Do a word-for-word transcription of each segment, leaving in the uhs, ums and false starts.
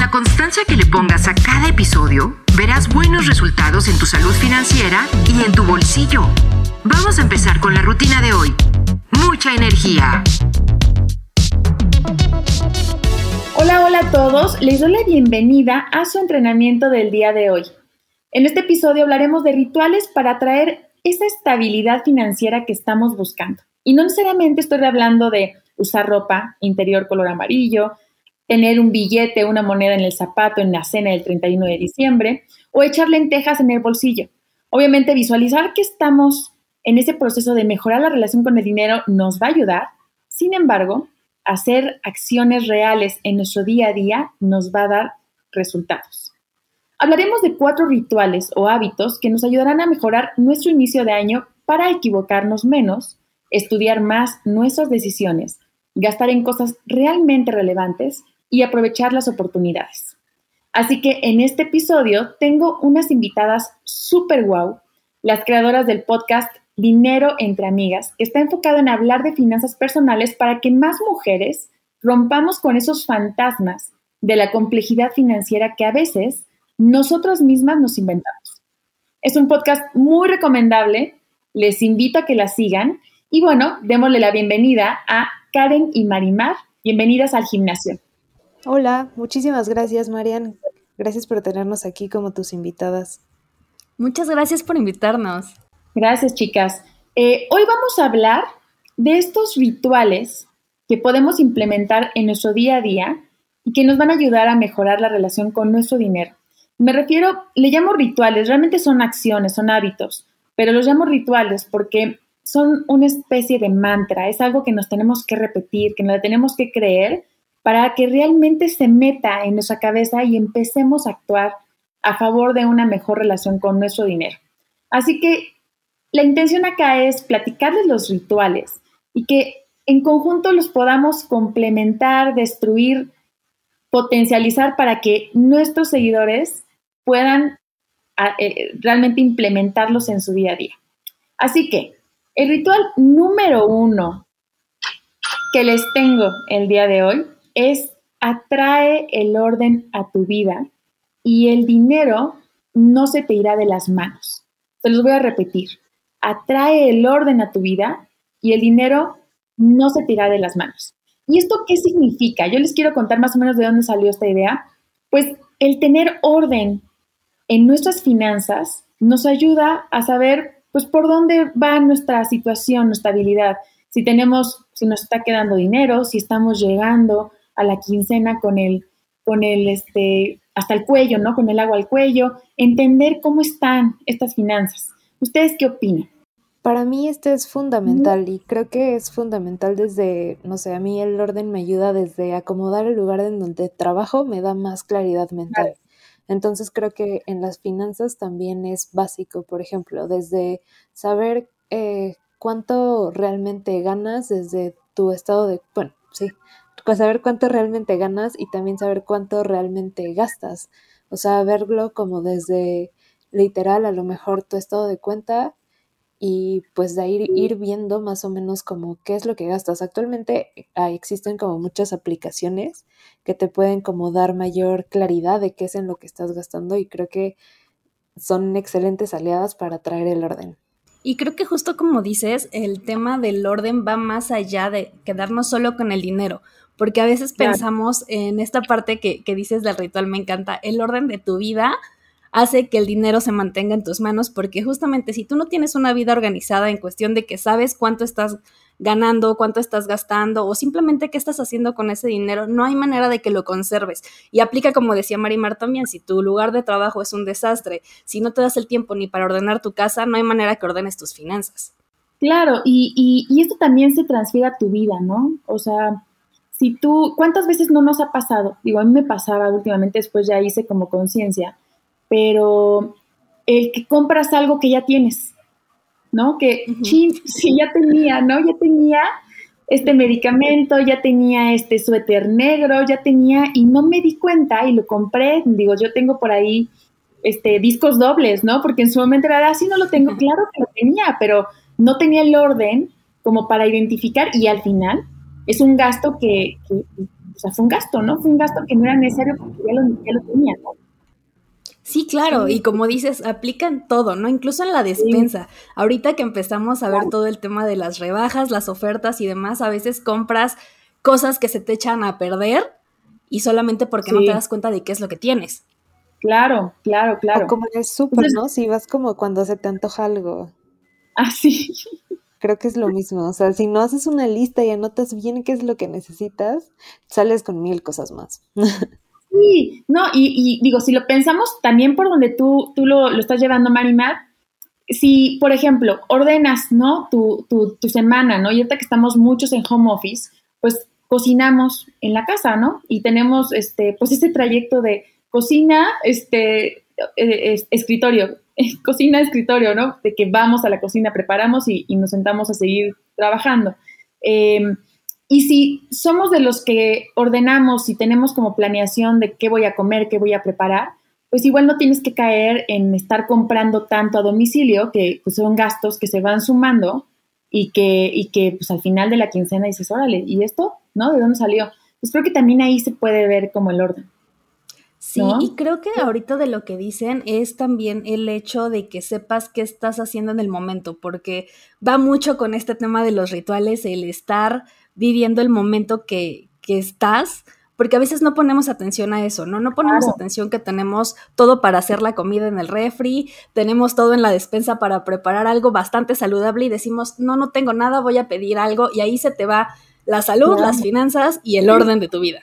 la constancia que le pongas a cada episodio, verás buenos resultados en tu salud financiera y en tu bolsillo. Vamos a empezar con la rutina de hoy. Mucha energía. Hola, hola a todos. Les doy la bienvenida a su entrenamiento del día de hoy. En este episodio hablaremos de rituales para atraer esa estabilidad financiera que estamos buscando. Y no necesariamente estoy hablando de usar ropa interior color amarillo, tener un billete, una moneda en el zapato en la cena del treinta y uno de diciembre o echar lentejas en el bolsillo. Obviamente visualizar que estamos en ese proceso de mejorar la relación con el dinero nos va a ayudar. Sin embargo, hacer acciones reales en nuestro día a día nos va a dar resultados. Hablaremos de cuatro rituales o hábitos que nos ayudarán a mejorar nuestro inicio de año para equivocarnos menos, estudiar más nuestras decisiones, gastar en cosas realmente relevantes y aprovechar las oportunidades. Así que en este episodio tengo unas invitadas súper guau, las creadoras del podcast Dinero entre Amigas, que está enfocado en hablar de finanzas personales para que más mujeres rompamos con esos fantasmas de la complejidad financiera que a veces nosotras mismas nos inventamos. Es un podcast muy recomendable, les invito a que la sigan y bueno, démosle la bienvenida a Karen y Marimar. Bienvenidas al gimnasio. Hola, muchísimas gracias, Marian. Gracias por tenernos aquí como tus invitadas. Muchas gracias por invitarnos. Gracias, chicas. Eh, hoy vamos a hablar de estos rituales que podemos implementar en nuestro día a día y que nos van a ayudar a mejorar la relación con nuestro dinero. Me refiero, le llamo rituales, realmente son acciones, son hábitos, pero los llamo rituales porque son una especie de mantra, es algo que nos tenemos que repetir, que nos tenemos que creer para que realmente se meta en nuestra cabeza y empecemos a actuar a favor de una mejor relación con nuestro dinero. Así que la intención acá es platicarles los rituales y que en conjunto los podamos complementar, destruir, potencializar para que nuestros seguidores puedan eh, realmente implementarlos en su día a día. Así que el ritual número uno que les tengo el día de hoy es atrae el orden a tu vida y el dinero no se te irá de las manos. Se los voy a repetir. Atrae el orden a tu vida y el dinero no se te irá de las manos. ¿Y esto qué significa? Yo les quiero contar más o menos de dónde salió esta idea. Pues el tener orden en nuestras finanzas nos ayuda a saber pues por dónde va nuestra situación, nuestra estabilidad. Si tenemos, si nos está quedando dinero, si estamos llegando a la quincena con el, con el, este, hasta el cuello, ¿no? Con el agua al cuello. Entender cómo están estas finanzas. ¿Ustedes qué opinan? Para mí este es fundamental y creo que es fundamental desde, no sé, a mí el orden me ayuda desde acomodar el lugar en donde trabajo, me da más claridad mental. Claro. Entonces creo que en las finanzas también es básico, por ejemplo, desde saber eh, cuánto realmente ganas, desde tu estado de, bueno, sí, saber cuánto realmente ganas y también saber cuánto realmente gastas. O sea, verlo como desde literal, a lo mejor tu estado de cuenta y pues de ahí ir viendo más o menos como qué es lo que gastas. Actualmente ah, existen como muchas aplicaciones que te pueden como dar mayor claridad de qué es en lo que estás gastando y creo que son excelentes aliadas para traer el orden. Y creo que justo como dices, el tema del orden va más allá de quedarnos solo con el dinero, porque a veces claro. pensamos en esta parte que, que dices del ritual, me encanta, el orden de tu vida hace que el dinero se mantenga en tus manos, porque justamente si tú no tienes una vida organizada en cuestión de que sabes cuánto estás ganando, cuánto estás gastando o simplemente qué estás haciendo con ese dinero, no hay manera de que lo conserves. Y aplica, como decía Marimar también, si tu lugar de trabajo es un desastre, si no te das el tiempo ni para ordenar tu casa, no hay manera que ordenes tus finanzas. Claro, y, y, y esto también se transfiere a tu vida, ¿no? O sea, si tú, ¿cuántas veces no nos ha pasado? Digo, a mí me pasaba últimamente, después ya hice como conciencia, pero el que compras algo que ya tienes, ¿no? Que, uh-huh. sí, sí, ya tenía, ¿no? Ya tenía este medicamento, ya tenía este suéter negro, ya tenía, y no me di cuenta y lo compré. Digo, yo tengo por ahí este discos dobles, ¿no? Porque en su momento era así, no lo tengo, uh-huh. claro que lo tenía, pero no tenía el orden como para identificar y al final es un gasto que, que o sea, fue un gasto, ¿no? Fue un gasto que no era necesario porque ya lo, ya lo tenía, ¿no? Sí, claro, Sí. y como dices, aplican todo, ¿no? Incluso en la despensa. Sí. Ahorita que empezamos a ver claro. todo el tema de las rebajas, las ofertas y demás, a veces compras cosas que se te echan a perder y solamente porque sí. no te das cuenta de qué es lo que tienes. Claro, claro, claro. O como en el súper, ¿no? Si vas como cuando se te antoja algo. Ah, sí. Creo que es lo mismo, o sea, si no haces una lista y anotas bien qué es lo que necesitas, sales con mil cosas más. Sí, no, y, y digo, si lo pensamos también por donde tú, tú lo, lo estás llevando, Marimar, si, por ejemplo, ordenas, ¿no? Tu, tu, tu semana, ¿no? Y ahorita que estamos muchos en home office, pues cocinamos en la casa, ¿no? Y tenemos, este, pues ese trayecto de cocina, este, eh, escritorio, cocina, escritorio, ¿no? De que vamos a la cocina, preparamos y, y nos sentamos a seguir trabajando. Eh, y si somos de los que ordenamos y tenemos como planeación de qué voy a comer, qué voy a preparar, pues igual no tienes que caer en estar comprando tanto a domicilio, que pues son gastos que se van sumando y que, y que pues al final de la quincena dices, órale, ¿y esto? ¿No? ¿De dónde salió? Pues creo que también ahí se puede ver como el orden. Sí, ¿no? Y creo que ahorita de lo que dicen es también el hecho de que sepas qué estás haciendo en el momento, porque va mucho con este tema de los rituales, el estar viviendo el momento que, que estás, porque a veces no ponemos atención a eso, ¿no? No ponemos claro. atención que tenemos todo para hacer la comida en el refri, tenemos todo en la despensa para preparar algo bastante saludable y decimos, no, no tengo nada, voy a pedir algo, y ahí se te va la salud, claro. las finanzas y el orden de tu vida.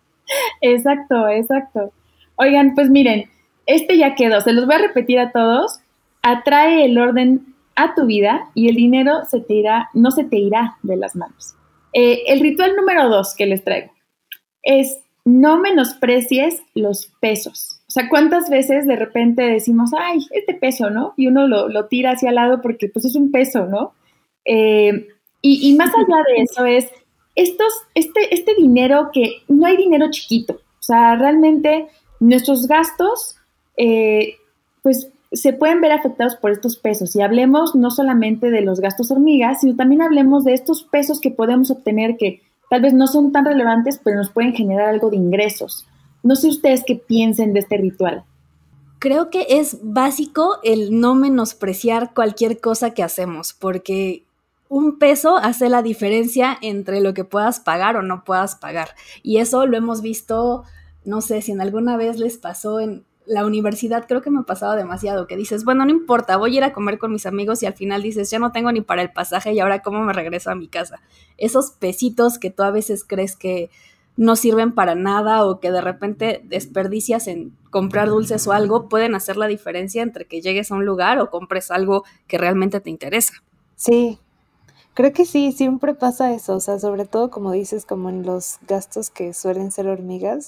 Exacto, exacto. Oigan, pues miren, este ya quedó, se los voy a repetir a todos. Atrae el orden a tu vida y el dinero se te irá, no se te irá de las manos. Eh, el ritual número dos que les traigo es no menosprecies los pesos. O sea, ¿cuántas veces de repente decimos, ay, este peso, ¿no? Y uno lo, lo tira hacia al lado porque pues es un peso, ¿no? Eh, y, y más allá de eso es estos, este, este dinero que no hay dinero chiquito. O sea, realmente nuestros gastos, eh, pues, se pueden ver afectados por estos pesos. Y hablemos no solamente de los gastos hormigas, sino también hablemos de estos pesos que podemos obtener que tal vez no son tan relevantes, pero nos pueden generar algo de ingresos. No sé ustedes qué piensen de este ritual. Creo que es básico el no menospreciar cualquier cosa que hacemos, porque un peso hace la diferencia entre lo que puedas pagar o no puedas pagar. Y eso lo hemos visto, no sé si en alguna vez les pasó en la universidad, creo que me pasaba demasiado, que dices, bueno, no importa, voy a ir a comer con mis amigos y al final dices, ya no tengo ni para el pasaje y ahora cómo me regreso a mi casa. Esos pesitos que tú a veces crees que no sirven para nada o que de repente desperdicias en comprar dulces o algo, pueden hacer la diferencia entre que llegues a un lugar o compres algo que realmente te interesa. Sí, creo que sí, siempre pasa eso, o sea, sobre todo como dices, como en los gastos que suelen ser hormigas.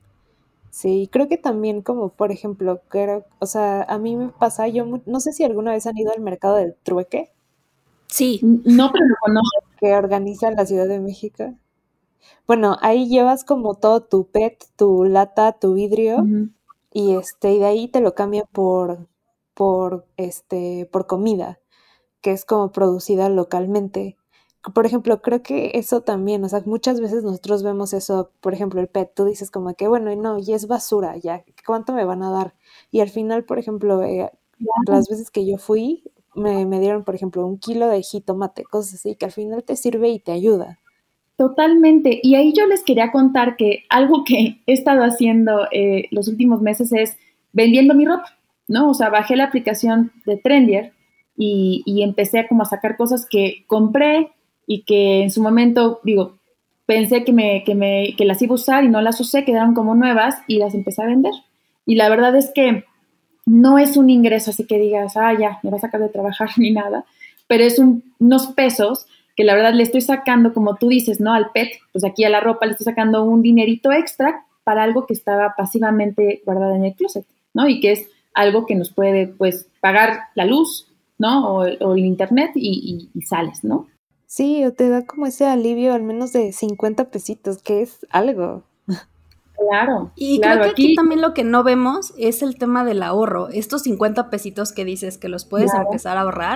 Sí, creo que también como, por ejemplo, creo, o sea, a mí me pasa, yo no sé si alguna vez han ido al mercado del trueque. Sí. No, pero lo conozco. Que organiza la Ciudad de México. Bueno, ahí llevas como todo tu P E T, tu lata, tu vidrio, uh-huh. y este, y de ahí te lo cambian por, por, este, por comida, que es como producida localmente. Por ejemplo, creo que eso también, o sea, muchas veces nosotros vemos eso, por ejemplo, el P E T, tú dices como que, bueno, no, y es basura, ya, ¿cuánto me van a dar? Y al final, por ejemplo, eh, las veces que yo fui, me, me dieron, por ejemplo, un kilo de jitomate, cosas así, que al final te sirve y te ayuda. Totalmente, y ahí yo les quería contar que algo que he estado haciendo eh, los últimos meses es vendiendo mi ropa, ¿no? O sea, bajé la aplicación de Trendier y, y empecé a como a sacar cosas que compré y que en su momento, digo, pensé que, me, que, me, que las iba a usar y no las usé, quedaron como nuevas y las empecé a vender. Y la verdad es que no es un ingreso así que digas, ah, ya, me va a sacar de trabajar ni nada, pero es un, unos pesos que la verdad le estoy sacando, como tú dices, ¿no? Al P E T, pues aquí a la ropa le estoy sacando un dinerito extra para algo que estaba pasivamente guardado en el closet, ¿no? Y que es algo que nos puede, pues, pagar la luz, ¿no? O, o el internet y, y, y sales, ¿no? Sí, o te da como ese alivio al menos de cincuenta pesitos, que es algo. Claro. Y claro, creo que aquí... aquí también lo que no vemos es el tema del ahorro. Estos cincuenta pesitos que dices que los puedes claro. empezar a ahorrar,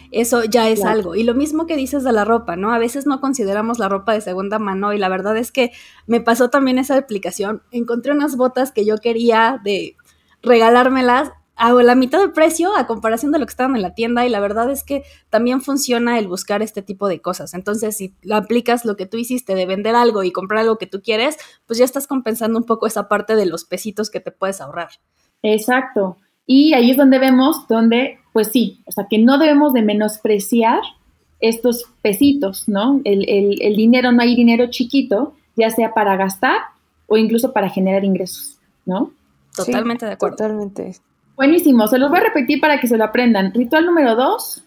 eso ya es Claro. algo. Y lo mismo que dices de la ropa, ¿no? A veces no consideramos la ropa de segunda mano y la verdad es que me pasó también esa aplicación. Encontré unas botas que yo quería de regalármelas a la mitad de precio a comparación de lo que estaban en la tienda y la verdad es que también funciona el buscar este tipo de cosas. Entonces, si aplicas lo que tú hiciste de vender algo y comprar algo que tú quieres, pues ya estás compensando un poco esa parte de los pesitos que te puedes ahorrar. Exacto. Y ahí es donde vemos, donde, pues sí, o sea, que no debemos de menospreciar estos pesitos, ¿no? El, el, el dinero, no hay dinero chiquito, ya sea para gastar o incluso para generar ingresos, ¿no? Totalmente Sí, de acuerdo. Totalmente. Buenísimo, se los voy a repetir para que se lo aprendan. Ritual número dos,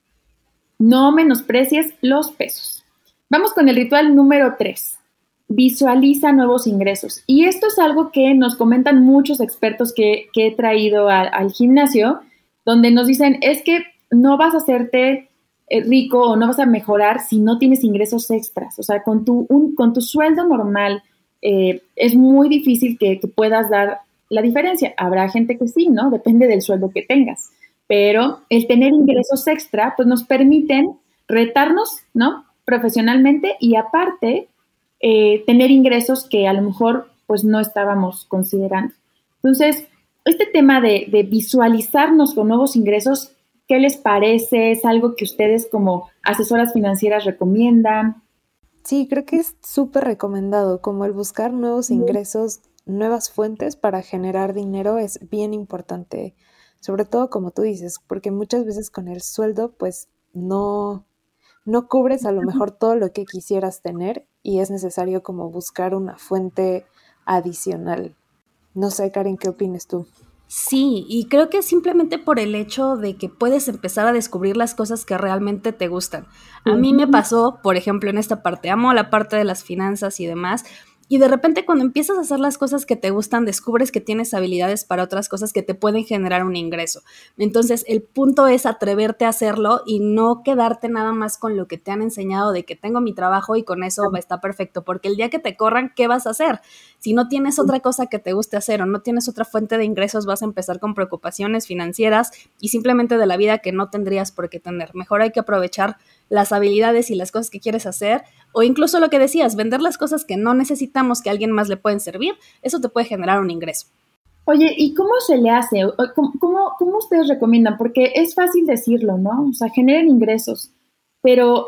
no menosprecies los pesos. Vamos con el ritual número tres, visualiza nuevos ingresos. Y esto es algo que nos comentan muchos expertos que, que he traído a, al gimnasio, donde nos dicen, es que no vas a hacerte eh, rico o no vas a mejorar si no tienes ingresos extras. O sea, con tu, un, con tu sueldo normal eh, es muy difícil que, que puedas dar la diferencia. Habrá gente que sí, ¿no? Depende del sueldo que tengas. Pero el tener ingresos extra, pues nos permiten retarnos, ¿no? Profesionalmente y aparte eh, tener ingresos que a lo mejor pues no estábamos considerando. Entonces, este tema de, de visualizarnos con nuevos ingresos, ¿qué les parece? ¿Es algo que ustedes como asesoras financieras recomiendan? Sí, creo que es súper recomendado, como el buscar nuevos ingresos, nuevas fuentes para generar dinero es bien importante, sobre todo como tú dices, porque muchas veces con el sueldo pues no, no cubres a lo mejor todo lo que quisieras tener y es necesario como buscar una fuente adicional. No sé, Karen, ¿qué opinas tú? Sí, y creo que simplemente por el hecho de que puedes empezar a descubrir las cosas que realmente te gustan. A mí me pasó, por ejemplo, en esta parte, amo la parte de las finanzas y demás, y de repente cuando empiezas a hacer las cosas que te gustan, descubres que tienes habilidades para otras cosas que te pueden generar un ingreso. Entonces, el punto es atreverte a hacerlo y no quedarte nada más con lo que te han enseñado de que tengo mi trabajo y con eso está perfecto, porque el día que te corran, ¿qué vas a hacer? Si no tienes otra cosa que te guste hacer o no tienes otra fuente de ingresos, vas a empezar con preocupaciones financieras y simplemente de la vida que no tendrías por qué tener. Mejor hay que aprovechar las habilidades y las cosas que quieres hacer, o incluso lo que decías, vender las cosas que no necesitamos que a alguien más le pueden servir, eso te puede generar un ingreso. Oye, ¿y cómo se le hace? ¿Cómo, cómo, cómo ustedes recomiendan? Porque es fácil decirlo, ¿no? O sea, generen ingresos, pero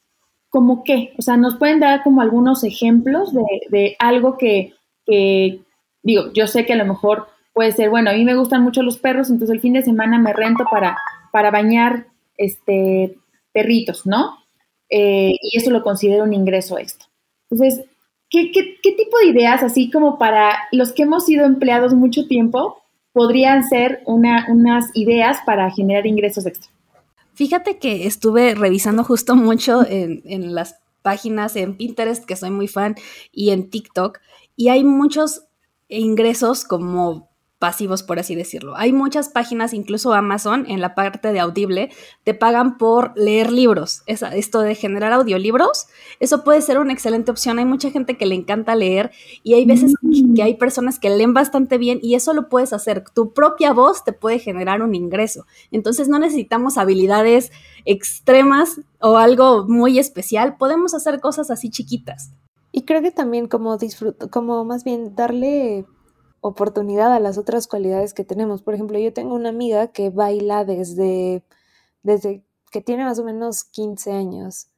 ¿cómo qué? O sea, ¿nos pueden dar como algunos ejemplos de, de algo que, que, digo, yo sé que a lo mejor puede ser, bueno, a mí me gustan mucho los perros, entonces el fin de semana me rento para, para bañar este, perritos, ¿no? Eh, y eso lo considero un ingreso extra. Entonces, ¿qué, qué, qué tipo de ideas, así como para los que hemos sido empleados mucho tiempo, podrían ser una, unas ideas para generar ingresos extra? Fíjate que estuve revisando justo mucho en, en las páginas, en Pinterest, que soy muy fan, y en TikTok, y hay muchos ingresos como pasivos, por así decirlo. Hay muchas páginas, incluso Amazon, en la parte de Audible, te pagan por leer libros. Esa, esto de generar audiolibros, eso puede ser una excelente opción. Hay mucha gente que le encanta leer y hay veces mm. que hay personas que leen bastante bien y eso lo puedes hacer. Tu propia voz te puede generar un ingreso. Entonces no necesitamos habilidades extremas o algo muy especial. Podemos hacer cosas así chiquitas. Y creo que también como disfruto, como más bien darle oportunidad a las otras cualidades que tenemos. Por ejemplo, yo tengo una amiga que baila desde, desde que tiene más o menos quince años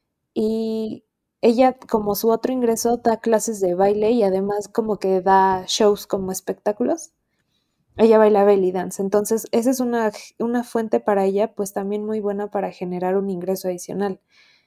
y ella como su otro ingreso da clases de baile y además como que da shows como espectáculos. Ella baila belly dance, entonces esa es una, una fuente para ella pues también muy buena para generar un ingreso adicional.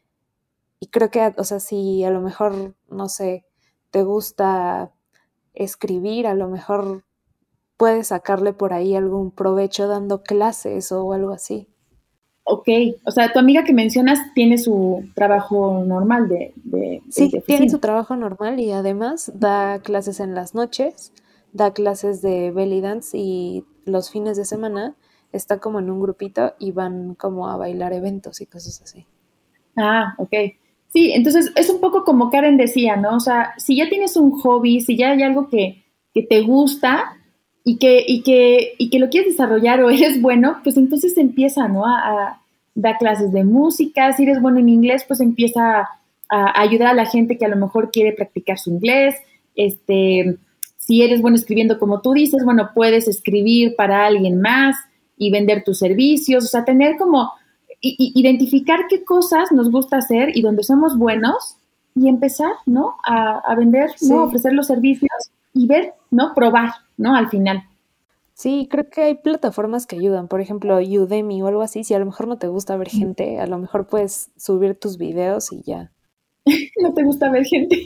Y creo que, o sea, si a lo mejor, no sé, te gusta escribir, a lo mejor puedes sacarle por ahí algún provecho dando clases o algo así. Ok, o sea, tu amiga que mencionas tiene su trabajo normal de, de, sí, de tiene su trabajo normal y además da clases en las noches, da clases de belly dance y los fines de semana está como en un grupito y van como a bailar eventos y cosas así. Ah, ok. Sí, entonces es un poco como Karen decía, ¿no? O sea, si ya tienes un hobby, si ya hay algo que, que te gusta y que, y, que, y que lo quieres desarrollar o eres bueno, pues entonces empieza, ¿no? A, da clases de música. Si eres bueno en inglés, pues empieza a, a ayudar a la gente que a lo mejor quiere practicar su inglés. Este, si eres bueno escribiendo, como tú dices, bueno, puedes escribir para alguien más y vender tus servicios. O sea, tener como, y, y identificar qué cosas nos gusta hacer y donde somos buenos y empezar, ¿no? A, a vender, Sí. ¿no? Ofrecer los servicios y ver, ¿no? Probar, ¿no? Al final. Sí, creo que hay plataformas que ayudan, por ejemplo, Udemy o algo así. Si a lo mejor no te gusta ver gente, a lo mejor puedes subir tus videos y ya. No te gusta ver gente.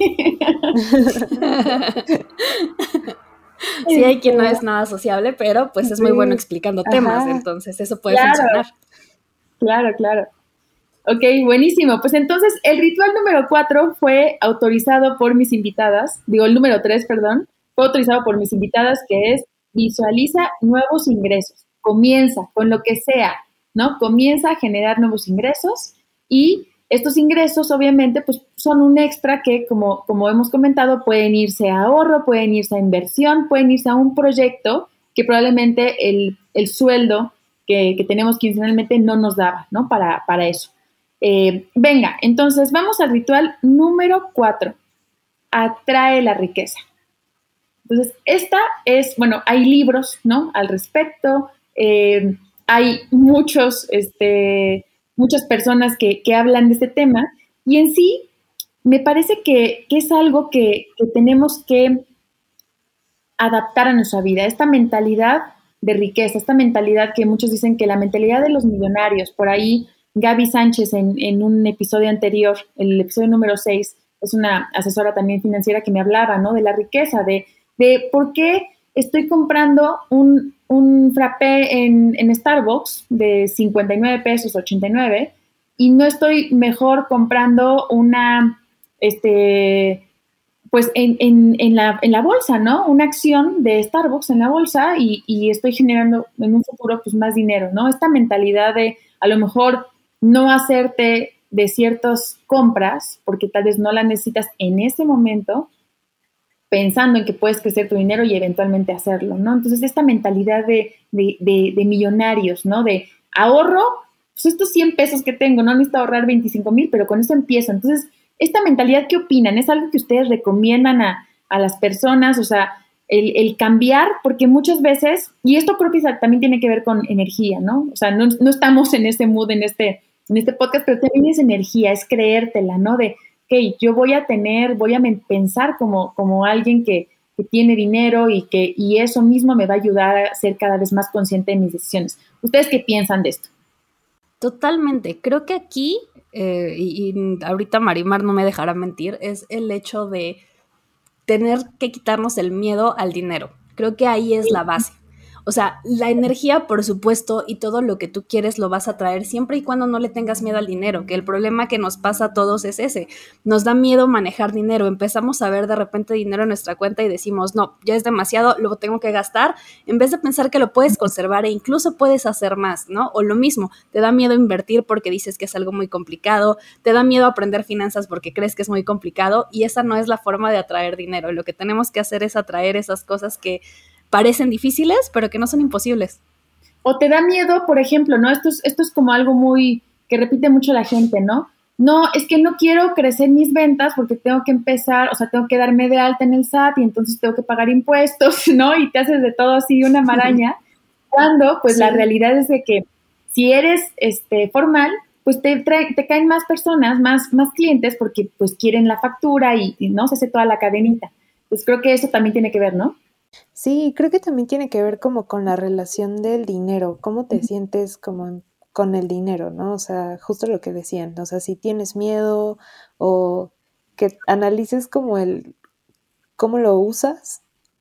Sí, hay quien no es nada sociable, pero pues es muy Sí. bueno explicando temas, Ajá. entonces eso puede Claro. funcionar. Claro, claro. Ok, buenísimo. Pues entonces el ritual número cuatro fue autorizado por mis invitadas, digo el número tres, perdón, fue autorizado por mis invitadas, que es visualiza nuevos ingresos. Comienza con lo que sea, ¿no? Comienza a generar nuevos ingresos y estos ingresos obviamente pues son un extra que como, como hemos comentado pueden irse a ahorro, pueden irse a inversión, pueden irse a un proyecto que probablemente el, el sueldo que, que tenemos quincenalmente no nos daba, ¿no? Para, para eso. Eh, venga, entonces vamos al ritual número cuatro. Atrae la riqueza. Entonces, esta es, bueno, hay libros, ¿no? Al respecto, eh, hay muchos, este, muchas personas que, que hablan de este tema y en sí me parece que, que es algo que, que tenemos que adaptar a nuestra vida, esta mentalidad de riqueza, esta mentalidad que muchos dicen que la mentalidad de los millonarios, por ahí Gaby Sánchez en, en un episodio anterior, el episodio número seis, es una asesora también financiera que me hablaba, ¿no? De la riqueza, de, de por qué estoy comprando un, un frappé en, en Starbucks de cincuenta y nueve pesos, ochenta y nueve, y no estoy mejor comprando una, este, pues en, en, en, la, en la bolsa, ¿no? Una acción de Starbucks en la bolsa y, y estoy generando en un futuro pues más dinero, ¿no? Esta mentalidad de a lo mejor no hacerte de ciertas compras porque tal vez no las necesitas en ese momento, pensando en que puedes crecer tu dinero y eventualmente hacerlo, ¿no? Entonces, esta mentalidad de, de, de, de millonarios, ¿no? De ahorro, pues estos cien pesos que tengo, no necesito ahorrar veinticinco mil, pero con eso empiezo. Entonces, esta mentalidad, ¿qué opinan? ¿Es algo que ustedes recomiendan a, a las personas? O sea, el, el cambiar, porque muchas veces, y esto creo que también tiene que ver con energía, ¿no? O sea, no, no estamos en ese mood, en este, en este podcast, pero también es energía, es creértela, ¿no? De, ok, yo voy a tener, voy a pensar como, como alguien que, que tiene dinero y que y eso mismo me va a ayudar a ser cada vez más consciente de mis decisiones. ¿Ustedes qué piensan de esto? Totalmente. Creo que aquí, eh, y, y ahorita Marimar no me dejará mentir, es el hecho de tener que quitarnos el miedo al dinero. Creo que ahí es la base. O sea, la energía, por supuesto, y todo lo que tú quieres lo vas a traer siempre y cuando no le tengas miedo al dinero, que el problema que nos pasa a todos es ese. Nos da miedo manejar dinero. Empezamos a ver de repente dinero en nuestra cuenta y decimos, no, ya es demasiado, lo tengo que gastar, en vez de pensar que lo puedes conservar e incluso puedes hacer más, ¿no? O lo mismo, te da miedo invertir porque dices que es algo muy complicado, te da miedo aprender finanzas porque crees que es muy complicado y esa no es la forma de atraer dinero. Lo que tenemos que hacer es atraer esas cosas que parecen difíciles, pero que no son imposibles. O te da miedo, por ejemplo, ¿no? Esto es, esto es como algo muy, que repite mucho la gente, ¿no? No, es que no quiero crecer mis ventas porque tengo que empezar, o sea, tengo que darme de alta en el S A T y entonces tengo que pagar impuestos, ¿no? Y te haces de todo así una maraña. Cuando, pues, sí. La realidad es de que si eres este, formal, pues te, trae, te caen más personas, más, más clientes porque, pues, quieren la factura y, y, ¿no? Se hace toda la cadenita. Pues creo que eso también tiene que ver, ¿no? Sí, creo que también tiene que ver como con la relación del dinero, cómo te uh-huh. sientes como en, con el dinero, ¿no? O sea, justo lo que decían, o sea, si tienes miedo o que analices como el, cómo lo usas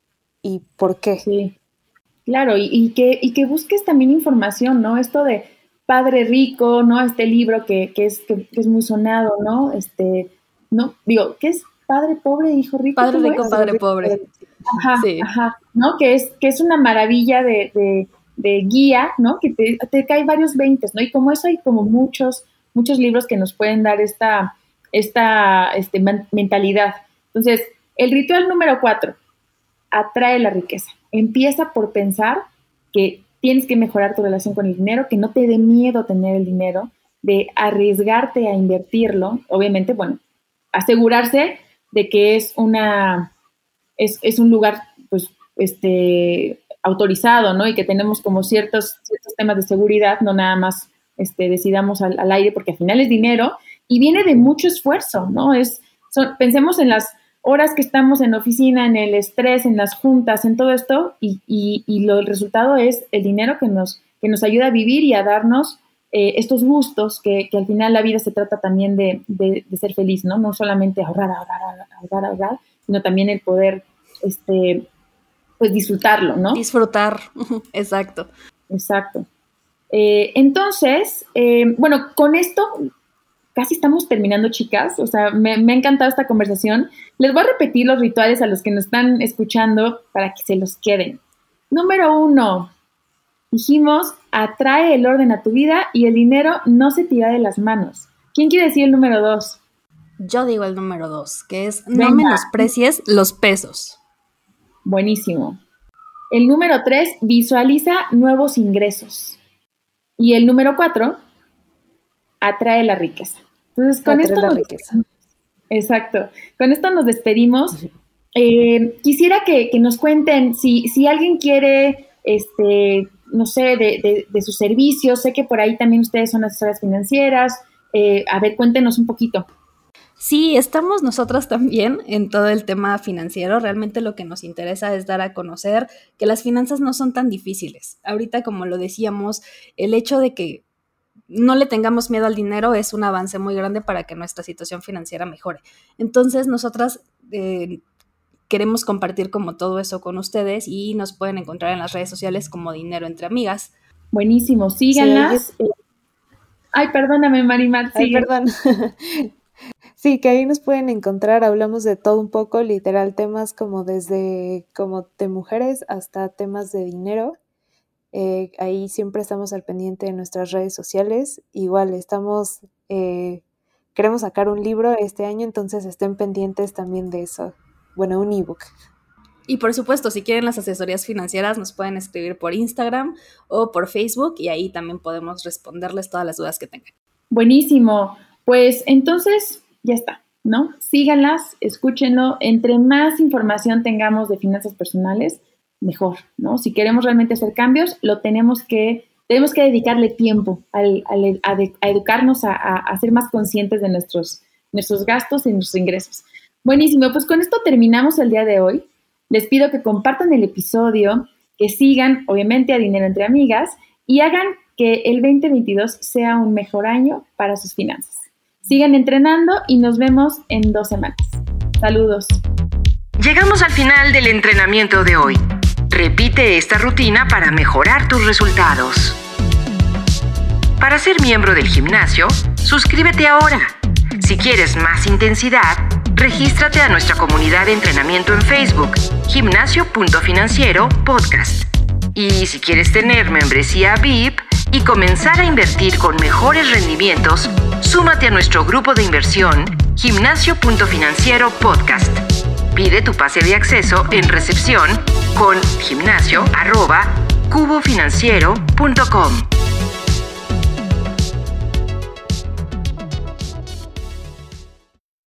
y por qué. Sí, claro, y, y, que, y que busques también información, ¿no? Esto de Padre Rico, ¿no? Este libro que, que, es, que, que es muy sonado, ¿no? Este, no, digo, ¿qué es? Padre pobre, hijo rico. Padre rico, es? padre pobre. Ajá, sí. ajá, ¿no? Que es, que es una maravilla de, de, de guía, ¿no? Que te, te cae varios veintes, ¿no? Y como eso hay como muchos, muchos libros que nos pueden dar esta, esta este, man, mentalidad. Entonces, el ritual número cuatro, atrae la riqueza. Empieza por pensar que tienes que mejorar tu relación con el dinero, que no te dé miedo tener el dinero, de arriesgarte a invertirlo, obviamente, bueno, asegurarse de que es una, es, es un lugar, pues, este, autorizado, ¿no? Y que tenemos como ciertos, ciertos temas de seguridad, no nada más este, decidamos al, al aire, porque al final es dinero y viene de mucho esfuerzo, ¿no? Es, son, pensemos en las horas que estamos en la oficina, en el estrés, en las juntas, en todo esto, y, y, y lo, el resultado es el dinero que nos, que nos ayuda a vivir y a darnos eh, estos gustos, que, que al final la vida se trata también de, de, de ser feliz, ¿no? No solamente ahorrar, ahorrar, ahorrar, ahorrar, sino también el poder, este, pues disfrutarlo, ¿no? Disfrutar, exacto. Exacto. Eh, entonces, eh, bueno, con esto casi estamos terminando, chicas. O sea, me, me ha encantado esta conversación. Les voy a repetir los rituales a los que nos están escuchando para que se los queden. Número uno, dijimos, atrae el orden a tu vida y el dinero no se te irá de las manos. ¿Quién quiere decir el número dos? Yo digo el número dos, que es Venga. No menosprecies los pesos. Buenísimo. El número tres, visualiza nuevos ingresos. Y el número cuatro, atrae la riqueza. Entonces, con atrae esto la nos riqueza. Exacto. Con esto nos despedimos. Eh, quisiera que, que nos cuenten si, si alguien quiere, este, no sé, de, de, de sus servicios. Sé que por ahí también ustedes son asesoras financieras. Eh, a ver, cuéntenos un poquito. Sí, estamos nosotras también en todo el tema financiero. Realmente lo que nos interesa es dar a conocer que las finanzas no son tan difíciles. Ahorita, como lo decíamos, el hecho de que no le tengamos miedo al dinero es un avance muy grande para que nuestra situación financiera mejore. Entonces, nosotras eh, queremos compartir como todo eso con ustedes y nos pueden encontrar en las redes sociales como Dinero Entre Amigas. Buenísimo, síganlas. Sí, Ay, perdóname, Marimar. Ay, perdón. Sí, que ahí nos pueden encontrar, hablamos de todo un poco, literal, temas como desde como de mujeres hasta temas de dinero. Eh, ahí siempre estamos al pendiente de nuestras redes sociales. Igual estamos, eh, queremos sacar un libro este año, entonces estén pendientes también de eso. Bueno, un ebook. Y por supuesto, si quieren las asesorías financieras, nos pueden escribir por Instagram o por Facebook y ahí también podemos responderles todas las dudas que tengan. Buenísimo. Pues entonces ya está, ¿no? Síganlas, escúchenlo. Entre más información tengamos de finanzas personales, mejor, ¿no? Si queremos realmente hacer cambios, lo tenemos que, tenemos que dedicarle tiempo al, al, a, de, a educarnos, a, a, a ser más conscientes de nuestros, nuestros gastos y nuestros ingresos. Buenísimo, pues con esto terminamos el día de hoy. Les pido que compartan el episodio, que sigan, obviamente, a Dinero Entre Amigas y hagan que el veinte veintidós sea un mejor año para sus finanzas. Sigan entrenando y nos vemos en dos semanas. Saludos. Llegamos al final del entrenamiento de hoy. Repite esta rutina para mejorar tus resultados. Para ser miembro del gimnasio, suscríbete ahora. Si quieres más intensidad, regístrate a nuestra comunidad de entrenamiento en Facebook, Gimnasio punto Financiero Podcast. Y si quieres tener membresía V I P y comenzar a invertir con mejores rendimientos, súmate a nuestro grupo de inversión, Gimnasio punto Financiero Podcast. Pide tu pase de acceso en recepción con gimnasio arroba cubofinanciero punto com.